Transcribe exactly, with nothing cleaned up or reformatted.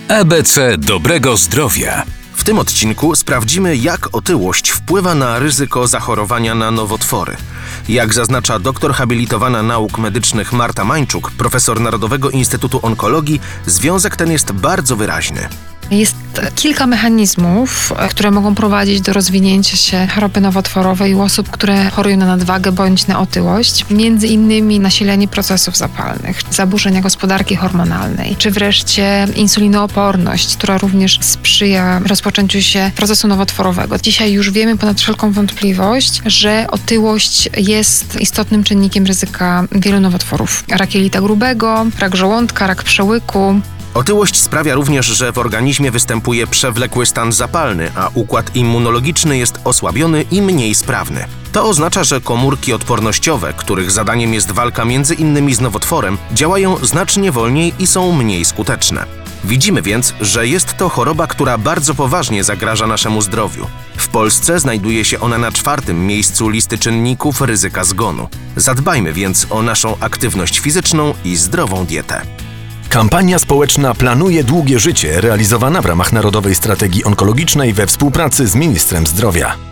A B C dobrego zdrowia. W tym odcinku sprawdzimy, jak otyłość wpływa na ryzyko zachorowania na nowotwory. Jak zaznacza doktor habilitowana nauk medycznych Marta Mańczuk, profesor Narodowego Instytutu Onkologii, związek ten jest bardzo wyraźny. Jest kilka mechanizmów, które mogą prowadzić do rozwinięcia się choroby nowotworowej u osób, które chorują na nadwagę bądź na otyłość. Między innymi nasilenie procesów zapalnych, zaburzenia gospodarki hormonalnej, czy wreszcie insulinooporność, która również sprzyja rozpoczęciu się procesu nowotworowego. Dzisiaj już wiemy ponad wszelką wątpliwość, że otyłość jest istotnym czynnikiem ryzyka wielu nowotworów. Rak jelita grubego, rak żołądka, rak przełyku. Otyłość sprawia również, że w organizmie występuje przewlekły stan zapalny, a układ immunologiczny jest osłabiony i mniej sprawny. To oznacza, że komórki odpornościowe, których zadaniem jest walka między innymi z nowotworem, działają znacznie wolniej i są mniej skuteczne. Widzimy więc, że jest to choroba, która bardzo poważnie zagraża naszemu zdrowiu. W Polsce znajduje się ona na czwartym miejscu listy czynników ryzyka zgonu. Zadbajmy więc o naszą aktywność fizyczną i zdrową dietę. Kampania społeczna Planuje długie życie, realizowana w ramach Narodowej Strategii Onkologicznej we współpracy z Ministrem Zdrowia.